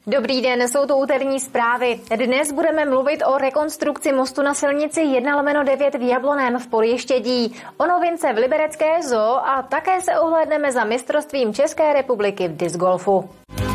Dobrý den, jsou to úterní zprávy. Dnes budeme mluvit o rekonstrukci mostu na silnici 1/9 v Jablonném v Podještědí, o novince v liberecké zoo a také se ohlédneme za mistrovstvím České republiky v discgolfu.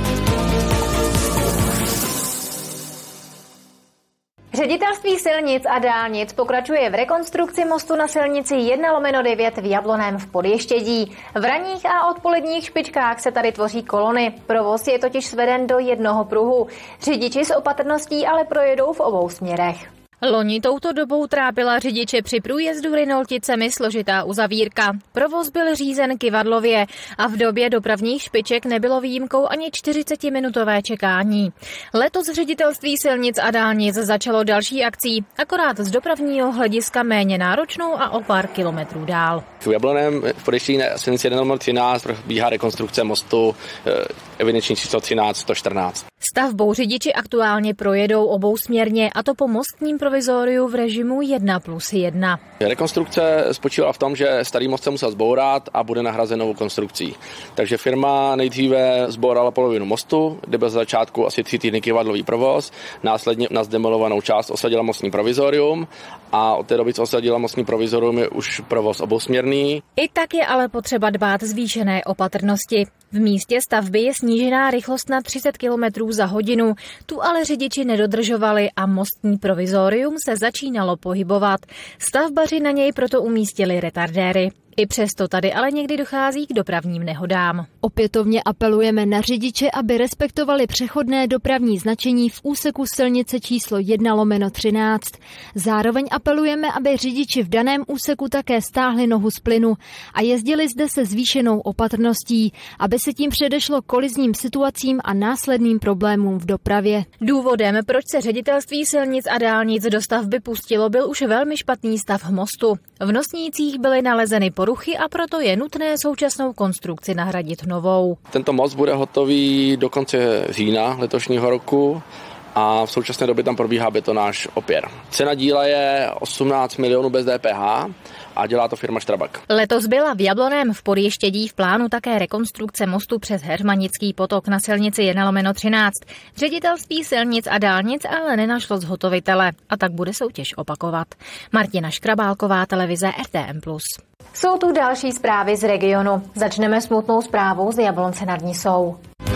Ředitelství silnic a dálnic pokračuje v rekonstrukci mostu na silnici 1/9 v Jablonném v Podještědí. V ranních a odpoledních špičkách se tady tvoří kolony. Provoz je totiž sveden do jednoho pruhu. Řidiči s opatrností ale projedou v obou směrech. Loni touto dobou trápila řidiče při průjezdu Rynolticemi složitá uzavírka. Provoz byl řízen kyvadlově a v době dopravních špiček nebylo výjimkou ani 40-minutové čekání. Letos ředitelství silnic a dálnic začalo další akcí, akorát z dopravního hlediska méně náročnou a o pár kilometrů dál. V Jablonném v Podještědí na silnici 1/13 probíhá rekonstrukce mostu evidenční číslo 1314. Stavbou řidiči aktuálně projedou obousměrně, a to po mostním provizoriu v režimu 1+1. Rekonstrukce spočívala v tom, že starý most se musel zbourat a bude nahrazen novou konstrukcí. Takže firma nejdříve zbourala polovinu mostu, kde byl z začátku asi 3 týdny kyvadlový provoz, následně na zdemolovanou část osadila mostní provizorium a od té doby, co osadila mostní provizorium, je už provoz obousměrný. I tak je ale potřeba dbát zvýšené opatrnosti. V místě stavby je snížená rychlost na 30 km za hodinu, tu ale řidiči nedodržovali a mostní provizorium se začínalo pohybovat. Stavbaři na něj proto umístili retardéry. I přesto tady ale někdy dochází k dopravním nehodám. Opětovně apelujeme na řidiče, aby respektovali přechodné dopravní značení v úseku silnice číslo 1/13. Zároveň apelujeme, aby řidiči v daném úseku také stáhli nohu z plynu a jezdili zde se zvýšenou opatrností, aby se tím předešlo kolizním situacím a následným problémům v dopravě. Důvodem, proč se ředitelství silnic a dálnic do stavby pustilo, byl už velmi špatný stav mostu. V nosnících byly nalezeny poruchy a proto je nutné současnou konstrukci nahradit novou. Tento most bude hotový do konce října letošního roku a v současné době tam probíhá betonáž opěr. Cena díla je 18 milionů bez DPH a dělá to firma Strabag. Letos byla v Jablonném v Podještědí v plánu také rekonstrukce mostu přes Heřmanický potok na silnici 1/13. Ředitelství silnic a dálnic ale nenašlo zhotovitele a tak bude soutěž opakovat. Martina Škrabálková, televize RTM+. Jsou tu další zprávy z regionu. Začneme smutnou zprávou z Jablonce nad Nisou.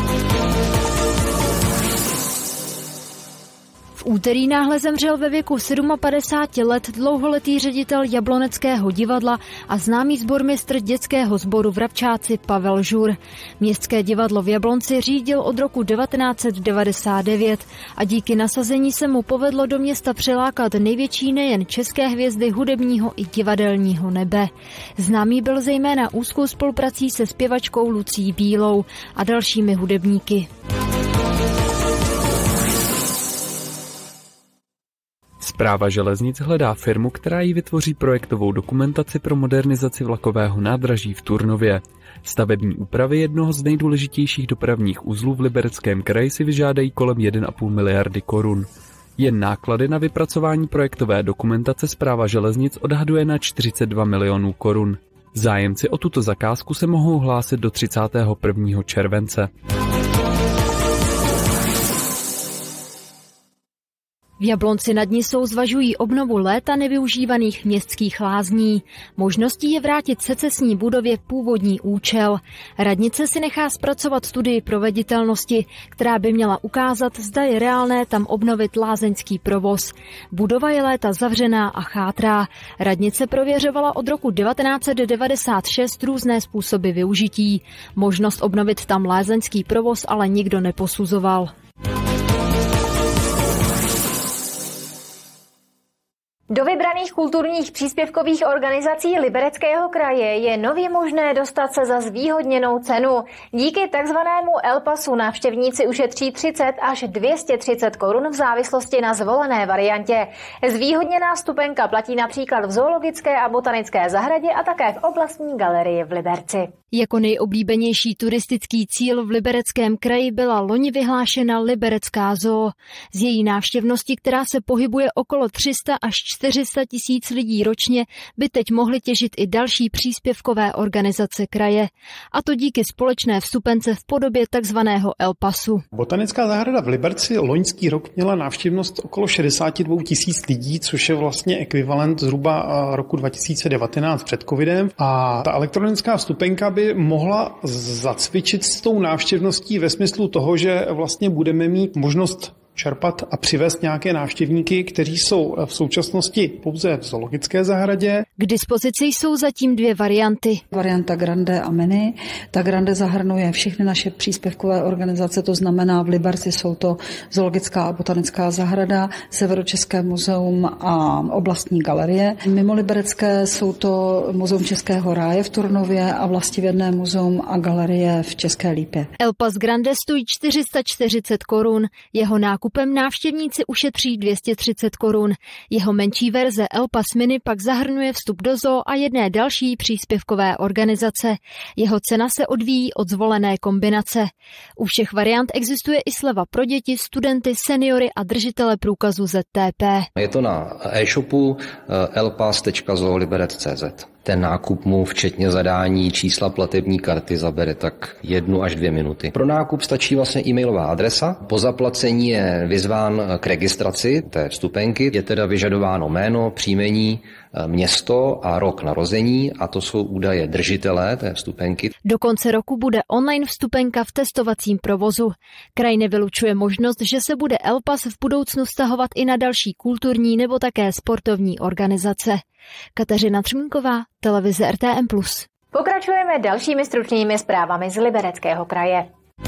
V úterý náhle zemřel ve věku 57 let dlouholetý ředitel Jabloneckého divadla a známý sbormistr dětského sboru v Rabčáci Pavel Žur. Městské divadlo v Jablonci řídil od roku 1999 a díky nasazení se mu povedlo do města přilákat největší nejen české hvězdy hudebního i divadelního nebe. Známý byl zejména úzkou spoluprací se zpěvačkou Lucí Bílou a dalšími hudebníky. Správa železnic hledá firmu, která jí vytvoří projektovou dokumentaci pro modernizaci vlakového nádraží v Turnově. Stavební úpravy jednoho z nejdůležitějších dopravních uzlů v Libereckém kraji si vyžádají kolem 1,5 miliardy korun. Jen náklady na vypracování projektové dokumentace Správa železnic odhaduje na 42 milionů korun. Zájemci o tuto zakázku se mohou hlásit do 31. července. V Jablonci nad Nisou zvažují obnovu léta nevyužívaných městských lázní. Možností je vrátit secesní budově původní účel. Radnice si nechá zpracovat studii proveditelnosti, která by měla ukázat, zda je reálné tam obnovit lázeňský provoz. Budova je léta zavřená a chátrá. Radnice prověřovala od roku 1996 různé způsoby využití. Možnost obnovit tam lázeňský provoz ale nikdo neposuzoval. Do vybraných kulturních příspěvkových organizací Libereckého kraje je nově možné dostat se za zvýhodněnou cenu. Díky takzvanému L-pasu návštěvníci ušetří 30 až 230 korun v závislosti na zvolené variantě. Zvýhodněná vstupenka platí například v zoologické a botanické zahradě a také v oblastní galerii v Liberci. Jako nejoblíbenější turistický cíl v Libereckém kraji byla loni vyhlášena Liberecká zoo. Z její návštěvnosti, která se pohybuje okolo 300 až 400 400 000 lidí ročně by teď mohly těžit i další příspěvkové organizace kraje. A to díky společné vstupence v podobě takzvaného El Pasu. Botanická zahrada v Liberci loňský rok měla návštěvnost okolo 62 000 lidí, což je vlastně ekvivalent zhruba roku 2019 před covidem. A ta elektronická vstupenka by mohla zacvičit s tou návštěvností ve smyslu toho, že vlastně budeme mít možnost čerpat a přivést nějaké návštěvníky, kteří jsou v současnosti pouze v zoologické zahradě. K dispozici jsou zatím 2 varianty. Varianta Grande a Mini. Ta Grande zahrnuje všechny naše příspěvkové organizace, to znamená v Liberci jsou to Zoologická a botanická zahrada, Severočeské muzeum a oblastní galerie. Mimo liberecké jsou to Muzeum Českého ráje v Turnově a Vlastivědné muzeum a galerie v České Lípě. El Pas Grande stojí 440 korun. Jeho nákupem návštěvníci ušetří 230 korun. Jeho menší verze El Pas Mini pak zahrnuje vstup do zoo a jedné další příspěvkové organizace. Jeho cena se odvíjí od zvolené kombinace. U všech variant existuje i sleva pro děti, studenty, seniory a držitele průkazu ZTP. Je to na e-shopu elpas.zooliberec.cz. Ten nákup mu včetně zadání čísla platební karty zabere tak 1 až 2 minuty. Pro nákup stačí vlastně e-mailová adresa. Po zaplacení je vyzván k registraci té vstupenky. Je teda vyžadováno jméno, příjmení, město a rok narození a to jsou údaje držitele té vstupenky. Do konce roku bude online vstupenka v testovacím provozu. Kraj nevylučuje možnost, že se bude El Pas v budoucnu vztahovat i na další kulturní nebo také sportovní organizace. Kateřina Třmínková, televize RTM+. Pokračujeme dalšími stručnými zprávami z Libereckého kraje.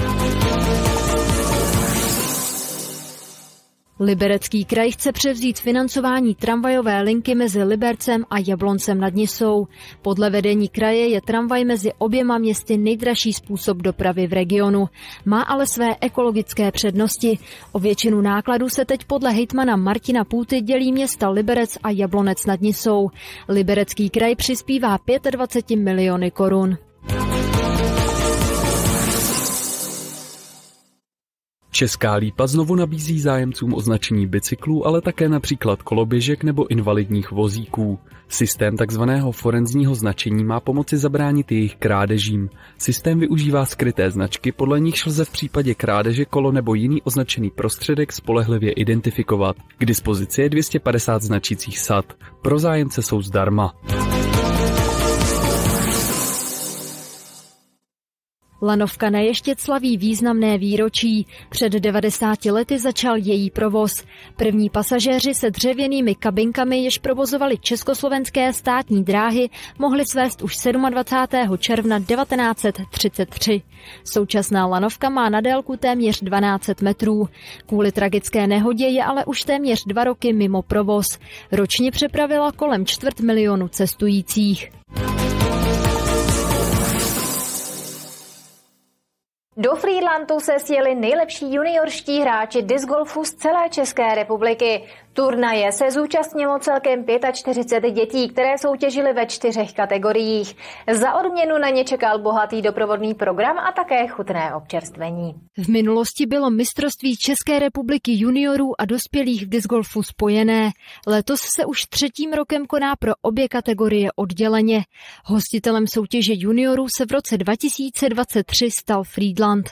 Liberecký kraj chce převzít financování tramvajové linky mezi Libercem a Jabloncem nad Nisou. Podle vedení kraje je tramvaj mezi oběma městy nejdražší způsob dopravy v regionu. Má ale své ekologické přednosti. O většinu nákladů se teď podle hejtmana Martina Půty dělí města Liberec a Jablonec nad Nisou. Liberecký kraj přispívá 25 miliony korun. Česká Lípa znovu nabízí zájemcům označení bicyklů, ale také například koloběžek nebo invalidních vozíků. Systém takzvaného forenzního značení má pomoci zabránit jejich krádežím. Systém využívá skryté značky, podle nichž lze v případě krádeže kolo nebo jiný označený prostředek spolehlivě identifikovat. K dispozici je 250 značících sad. Pro zájemce jsou zdarma. Lanovka na Ještěd slaví významné výročí. Před 90 lety začal její provoz. První pasažéři se dřevěnými kabinkami, jež provozovali Československé státní dráhy, mohli svést už 27. června 1933. Současná lanovka má na délku téměř 12 metrů. Kvůli tragické nehodě je ale už téměř 2 roky mimo provoz. Ročně přepravila kolem 250 000 cestujících. Do Frýdlantu se sjeli nejlepší juniorští hráči discgolfu z celé České republiky. Turnaje se zúčastnilo celkem 45 dětí, které soutěžily ve 4 kategoriích. Za odměnu na ně čekal bohatý doprovodný program a také chutné občerstvení. V minulosti bylo mistrovství České republiky juniorů a dospělých v discgolfu spojené. Letos se už 3. rokem koná pro obě kategorie odděleně. Hostitelem soutěže juniorů se v roce 2023 stal Frýdlant.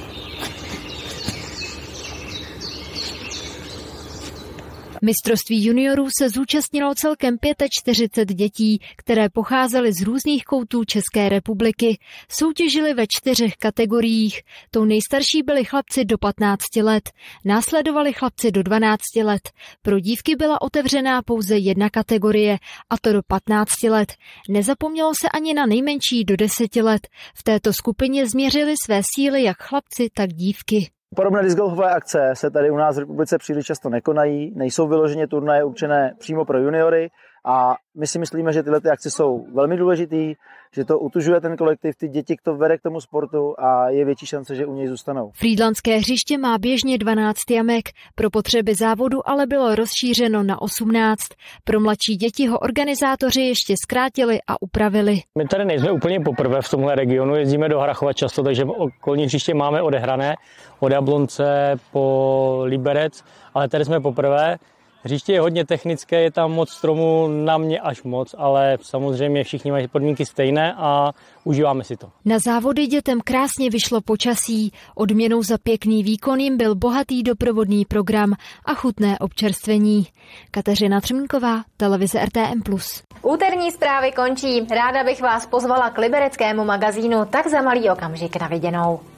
Mistrovství juniorů se zúčastnilo celkem 45 dětí, které pocházely z různých koutů České republiky. Soutěžili ve 4 kategoriích. Tou nejstarší byli chlapci do 15 let. Následovali chlapci do 12 let. Pro dívky byla otevřená pouze 1 kategorie, a to do 15 let. Nezapomnělo se ani na nejmenší do 10 let. V této skupině změřili své síly jak chlapci, tak dívky. Podobné discgolfové akce se tady u nás v republice příliš často nekonají, nejsou vyloženě turnaje určené přímo pro juniory a my si myslíme, že tyhle akce jsou velmi důležitý, že to utužuje ten kolektiv, ty děti to vede k tomu sportu a je větší šance, že u něj zůstanou. Frýdlantské hřiště má běžně 12 jamek, pro potřeby závodu ale bylo rozšířeno na 18. Pro mladší děti ho organizátoři ještě zkrátili a upravili. My tady nejsme úplně poprvé v tomhle regionu, jezdíme do Harrachova často, takže okolní hřiště máme odehrané od Jablonce po Liberec, ale tady jsme poprvé. Hřiště je hodně technické, je tam moc stromů, na mě až moc, ale samozřejmě všichni mají podmínky stejné a užíváme si to. Na závody dětem krásně vyšlo počasí. Odměnou za pěkný výkon jim byl bohatý doprovodný program a chutné občerstvení. Kateřina Třmínková, televize RTM+. Úterní zprávy končí. Ráda bych vás pozvala k libereckému magazínu Tak za malý okamžik. Na viděnou.